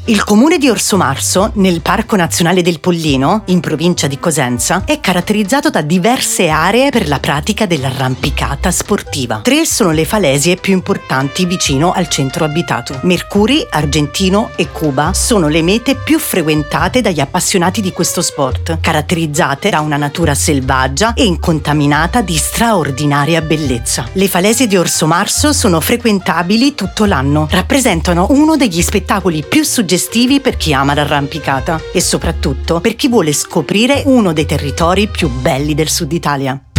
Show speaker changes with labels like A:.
A: Il comune di Orsomarso, nel Parco Nazionale del Pollino, in provincia di Cosenza, è caratterizzato da diverse aree per la pratica dell'arrampicata sportiva. 3 sono le falesie più importanti vicino al centro abitato. Mercuri, Argentino e Cuba sono le mete più frequentate dagli appassionati di questo sport, caratterizzate da una natura selvaggia e incontaminata di straordinaria bellezza. Le falesie di Orsomarso sono frequentabili tutto l'anno, rappresentano uno degli spettacoli più suggestivi per chi ama l'arrampicata e soprattutto per chi vuole scoprire uno dei territori più belli del Sud Italia.